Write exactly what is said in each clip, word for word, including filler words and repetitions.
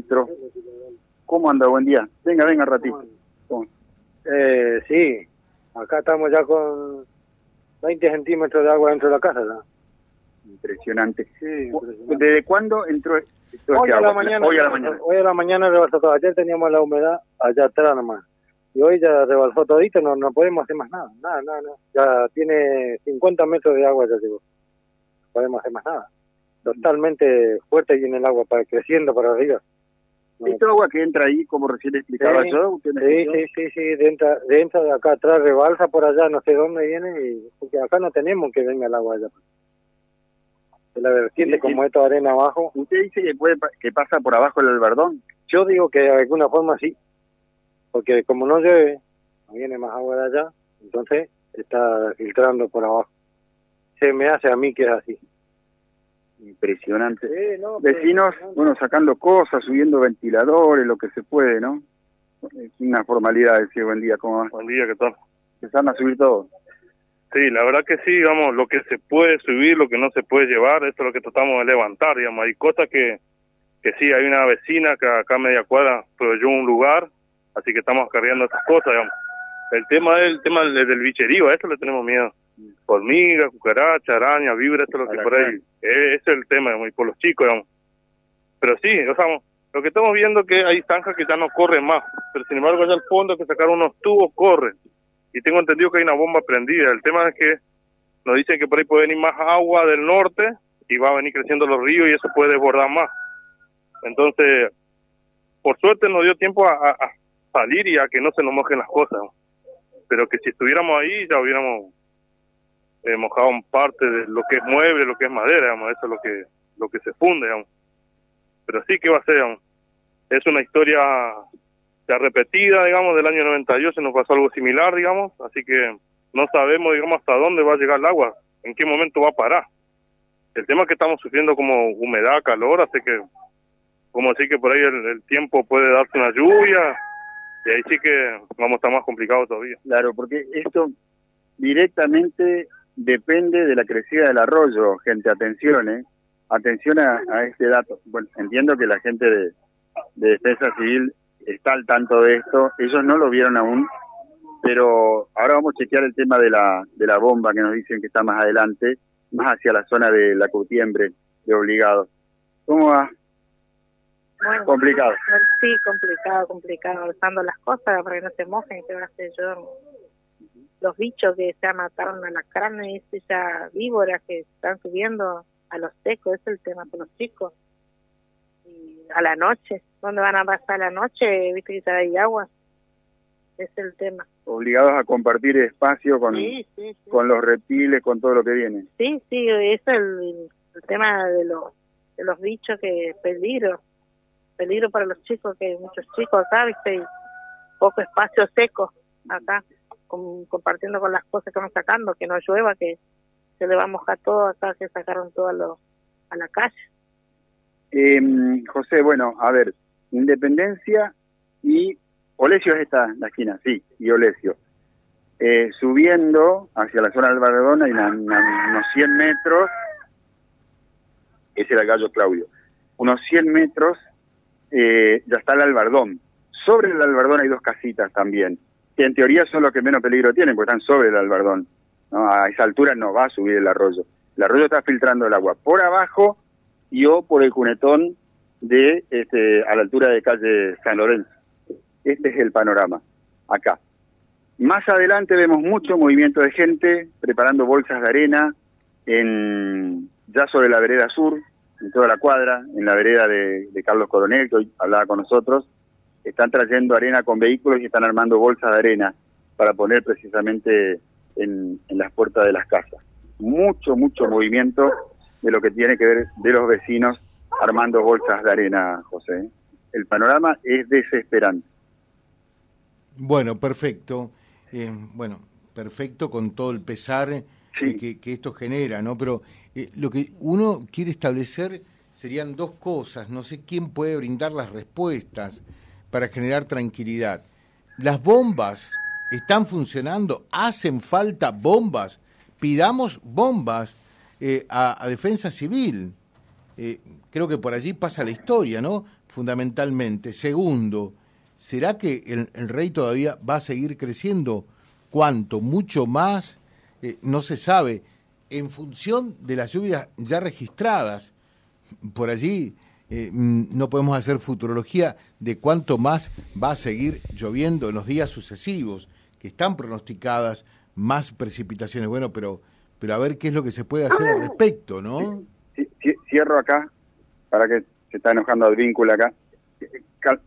metros. ¿Cómo anda? Buen día. Venga, venga, ratito. Eh, sí, acá estamos ya con veinte centímetros de agua dentro de la casa. ¿No? Impresionante. Sí, impresionante. ¿Desde cuándo entró esto? Hoy a, agua? la mañana, hoy a la mañana. Hoy a la mañana rebalsó todo. Ayer teníamos la humedad allá atrás nomás. Y hoy ya rebalsó todito, no, no podemos hacer más nada. Nada, nada, nada. Ya tiene cincuenta metros de agua, ya llegó. No podemos hacer más nada. Totalmente fuerte viene el agua, para, creciendo para arriba. No. ¿Esto agua que entra ahí, como recién explicaba sí, yo? ¿Usted me sí, explicó? sí, sí, sí, dentro, dentro de acá atrás rebalsa por allá, no sé dónde viene, y, porque acá no tenemos que venga el agua allá. De la vertiente, Sí, como sí. esta arena abajo. ¿Usted dice que, puede, que pasa por abajo el Albardón? Yo digo que de alguna forma sí, porque como no llueve, no viene más agua de allá, entonces está filtrando por abajo. Se me hace a mí que es así. Impresionante. Sí, no, Vecinos, pero... bueno, sacando cosas, subiendo ventiladores, lo que se puede, ¿no? Es una formalidad decir buen día, ¿cómo va? Buen día, ¿qué tal? Empezaron a subir todo. Sí, la verdad que sí, digamos, lo que se puede subir, lo que no se puede llevar, esto es lo que tratamos de levantar, digamos. Hay cosas que, que sí, hay una vecina que acá a media cuadra proveyó un lugar, así que estamos cargando esas cosas, digamos. El tema del tema del, del bicherío, a eso le tenemos miedo. Hormigas, cucarachas, arañas, víboras, esto es lo que por ahí, ese es el tema, digamos, y por los chicos, digamos. Pero sí, o sea, lo que estamos viendo es que hay zanjas que ya no corren más, pero sin embargo allá al fondo que sacaron unos tubos, corren. Y tengo entendido que hay una bomba prendida. El tema es que nos dicen que por ahí puede venir más agua del norte y va a venir creciendo los ríos y eso puede desbordar más. Entonces, por suerte nos dio tiempo a, a, a salir y a que no se nos mojen las cosas. Pero que si estuviéramos ahí ya hubiéramos eh, mojado parte de lo que es mueble, lo que es madera, digamos. Eso es lo que lo que se funde, digamos. Pero sí, ¿qué va a ser? Digamos? Es una historia ya repetida, digamos, del año noventa y ocho nos pasó algo similar, digamos, así que no sabemos, digamos, hasta dónde va a llegar el agua, en qué momento va a parar. El tema es que estamos sufriendo como humedad, calor, así que, como decir que por ahí el, el tiempo puede darse una lluvia, y ahí sí que vamos a estar más complicados todavía. Claro, porque esto directamente depende de la crecida del arroyo, gente, atención, ¿eh? Atención a, a este dato. Bueno, entiendo que la gente de, de Defensa Civil está al tanto de esto, ellos no lo vieron aún, pero ahora vamos a chequear el tema de la de la bomba que nos dicen que está más adelante, más hacia la zona de la Curtiembre, de Obligados. ¿Cómo va? Bueno, complicado. Sí, complicado, complicado, alzando las cosas para que no se mojen, que va a ser yo. Los bichos que ya mataron a la carne, esas víboras que están subiendo a los secos, ese es el tema con los chicos. Y a la noche, ¿dónde van a pasar la noche? Viste que ya hay agua, ese es el tema. Obligados a compartir espacio con, sí, sí, sí. con los reptiles, con todo lo que viene. Sí, sí, eso es el, el tema de los, de los bichos, que es peligro, peligro para los chicos, que hay muchos chicos acá, viste, y poco espacio seco acá, con, compartiendo con las cosas que van sacando, que no llueva, que se le va a mojar todo acá, que sacaron todo a, lo, a la calle. Eh, José, bueno, a ver, Independencia y Olesio es esta, la esquina, sí, y Olesio. Eh, subiendo hacia la zona del Albardón hay una, una, unos cien metros, ese era el Gallo Claudio, unos cien metros eh, ya está el Albardón. Sobre el Albardón hay dos casitas también, que en teoría son los que menos peligro tienen, porque están sobre el Albardón, ¿no? A esa altura no va a subir el arroyo. El arroyo está filtrando el agua por abajo y o por el cunetón de este a la altura de calle San Lorenzo. Este es el panorama acá. Más adelante vemos mucho movimiento de gente preparando bolsas de arena en ya sobre la vereda sur, en toda la cuadra, en la vereda de, de Carlos Coronel, que hoy hablaba con nosotros. Están trayendo arena con vehículos y están armando bolsas de arena para poner precisamente en, en las puertas de las casas. Mucho, mucho movimiento de lo que tiene que ver de los vecinos armando bolsas de arena, José. El panorama es desesperante. Bueno, perfecto. Eh, bueno, perfecto con todo el pesar sí. eh, que, que esto genera, ¿no? Pero eh, lo que uno quiere establecer serían dos cosas. No sé quién puede brindar las respuestas para generar tranquilidad. Las bombas están funcionando, hacen falta bombas. Pidamos bombas eh, a, a Defensa Civil. Eh, creo que por allí pasa la historia, ¿no? fundamentalmente. Segundo, ¿será que el, el rey todavía va a seguir creciendo? ¿Cuánto? ¿Mucho más? Eh, no se sabe. En función de las lluvias ya registradas, por allí eh, no podemos hacer futurología de cuánto más va a seguir lloviendo en los días sucesivos, que están pronosticadas más precipitaciones. Bueno, pero pero a ver qué es lo que se puede hacer al respecto, ¿no? Sí, sí, cierro acá, para que se está enojando Advíncula acá. Cal...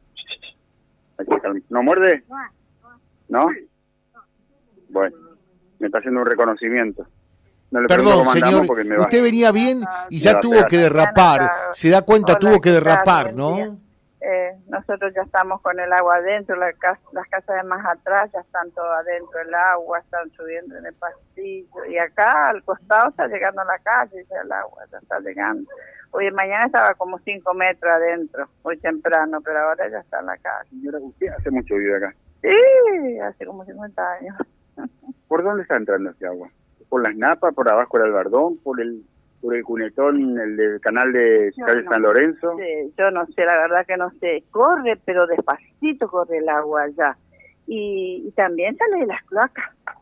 ¿No muerde? ¿No? Bueno, me está haciendo un reconocimiento. No le Perdón, señor, porque me va. usted venía bien y ya tuvo que derrapar. Se da cuenta, Hola, tuvo que derrapar, tal, ¿no? Eh, nosotros ya estamos con el agua adentro, la casa, las casas de más atrás ya están todo adentro, el agua, están subiendo en el pasillo, y acá al costado está llegando a la calle, ya el agua ya está llegando. Hoy mañana estaba como cinco metros adentro, muy temprano, pero ahora ya está en la calle. Señora, usted hace mucho vive acá. Sí, hace como cincuenta años. ¿Por dónde está entrando ese agua? ¿Por las napas, por abajo del Albardón, por el por el cunetón, el del canal de calle no, San Lorenzo? Sí, yo no sé, la verdad que no sé. Corre, pero despacito corre el agua allá. Y, y también sale de las cloacas.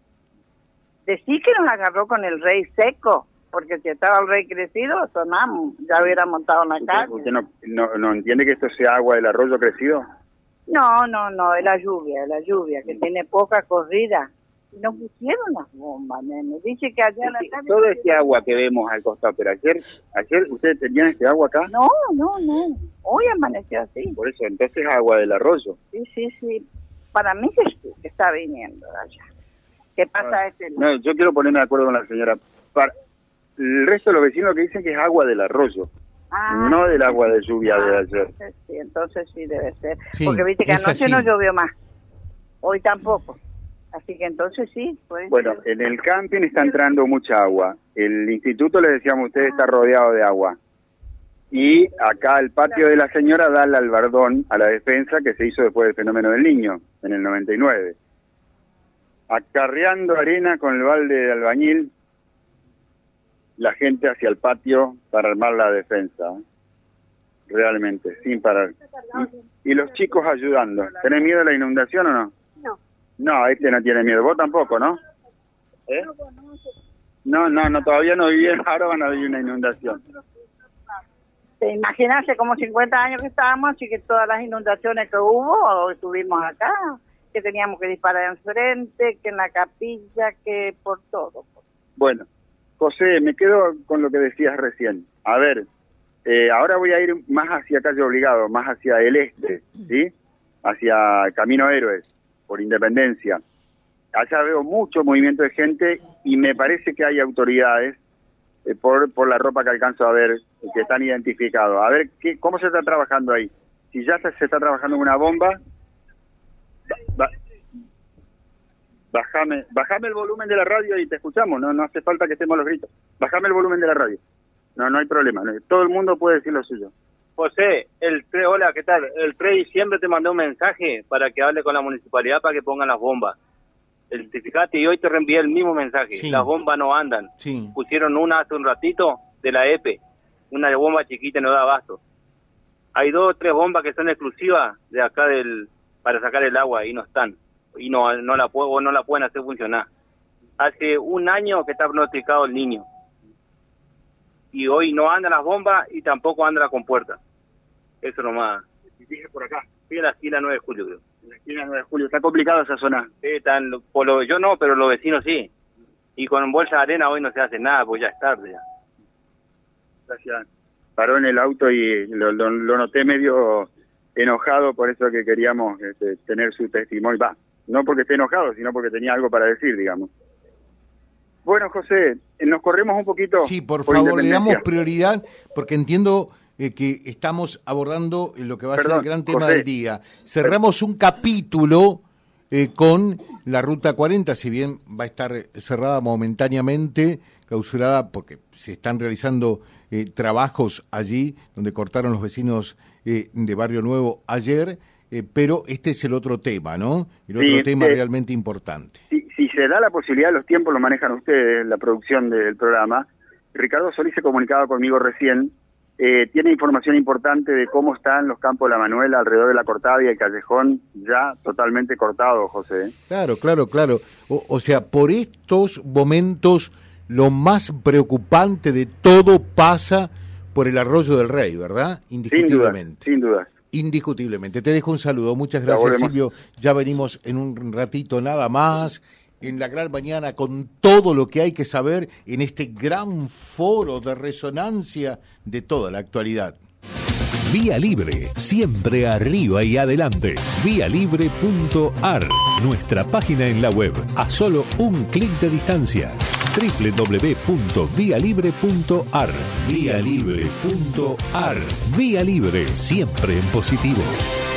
Decir que nos agarró con el rey seco, porque si estaba el rey crecido, sonamos, ya hubiera montado en la ¿Usted, calle. usted no, no, no entiende que esto sea agua del arroyo crecido? No, no, no, es la lluvia, es la lluvia, que tiene poca corrida. No pusieron las bombas, nene. Dice que allá en la calle... Todo este agua que vemos al costado, pero ayer, ayer ustedes tenían este agua acá. No, no, no. Hoy amaneció así. Por eso, entonces es agua del arroyo. Sí, sí, sí. Para mí que, que está viniendo de allá. ¿Qué pasa Ah, este no, yo quiero ponerme de acuerdo con la señora. Para el resto de los vecinos que dicen que es agua del arroyo, Ah, no del agua de lluvia ah, de ayer. Entonces sí, entonces sí debe ser. Sí, Porque viste que es anoche así. no llovió más. Hoy tampoco. Así que entonces sí. Puede Bueno, ser. en el camping está entrando mucha agua. El instituto, les decíamos a ustedes, está rodeado de agua. Y acá el patio de la señora da al Albardón, a la defensa que se hizo después del fenómeno del Niño, en el noventa y nueve. Acarreando arena con el balde de albañil, la gente hacia el patio para armar la defensa. ¿eh? Realmente, sin parar. Y, y los chicos ayudando. ¿Tenés miedo a la inundación o no? No. No, este no tiene miedo. Vos tampoco, ¿no? ¿Eh? No, no, no, todavía no vivieron, ahora van a vivir una inundación. ¿Te imaginas hace como cincuenta años que estábamos y que todas las inundaciones que hubo, estuvimos acá, que teníamos que disparar enfrente, que en la capilla, que por todo? Bueno, José, me quedo con lo que decías recién. A ver, eh, ahora voy a ir más hacia Calle Obligado, más hacia el este, ¿sí? Hacia Camino Héroes, por Independencia. Allá veo mucho movimiento de gente y me parece que hay autoridades, eh, por por la ropa que alcanzo a ver, que están identificados. A ver, ¿qué, ¿cómo se está trabajando ahí? Si ya se, se está trabajando en una bomba, ba, ba, bájame, bájame el volumen de la radio y te escuchamos, no no hace falta que estemos los gritos. Bájame el volumen de la radio. No, no hay problema, no, todo el mundo puede decir lo suyo. José, el tres, hola, ¿qué tal? El tres de diciembre te mandé un mensaje para que hable con la municipalidad para que pongan las bombas. Identificate y hoy te reenvié el mismo mensaje. Sí. Las bombas no andan. Sí. Pusieron una hace un ratito de la E P E, una bomba chiquita no da abasto. Hay dos o tres bombas que son exclusivas de acá del para sacar el agua y no están. Y no no la puedo no la pueden hacer funcionar. Hace un año que está pronosticado el Niño. Y hoy no andan las bombas y tampoco anda la compuerta. Eso nomás. Dije por acá, Sí, en la esquina nueve de julio, creo. en la esquina nueve de julio, está complicada esa zona. Sí, están, por lo, yo no, pero los vecinos sí. Y con bolsa de arena hoy no se hace nada, pues ya es tarde. Ya. Gracias. Paró en el auto y lo, lo, lo noté medio enojado, por eso que queríamos este, tener su testimonio. Va, no porque esté enojado, sino porque tenía algo para decir, digamos. Bueno, José, nos corremos un poquito. Sí, por, por favor, le damos Independencia. prioridad porque entiendo eh, que estamos abordando lo que va a Perdón, ser el gran tema José. del día. Cerramos un capítulo eh, con la Ruta cuarenta, si bien va a estar cerrada momentáneamente, clausurada porque se están realizando eh, trabajos allí donde cortaron los vecinos eh, de Barrio Nuevo ayer, eh, pero este es el otro tema, ¿no? El otro Sí, tema eh, realmente importante. Si, si se da la posibilidad, los tiempos lo manejan ustedes, la producción del programa. Ricardo Solís se comunicaba conmigo recién Eh, tiene información importante de cómo están los campos de la Manuela alrededor de la Cortada y el Callejón ya totalmente cortado, José. Claro, claro, claro. O, o sea, por estos momentos lo más preocupante de todo pasa por el Arroyo del Rey, ¿verdad? Indiscutiblemente. Sin duda, sin duda. Indiscutiblemente. Te dejo un saludo. Muchas gracias, Silvio. Ya venimos en un ratito nada más, en la gran mañana, con todo lo que hay que saber en este gran foro de resonancia de toda la actualidad. Vía Libre, siempre arriba y adelante. vía libre punto a r, nuestra página en la web, a solo un clic de distancia. doble u doble u doble u punto vía libre punto a r. vía libre punto a r. Vía Libre, siempre en positivo.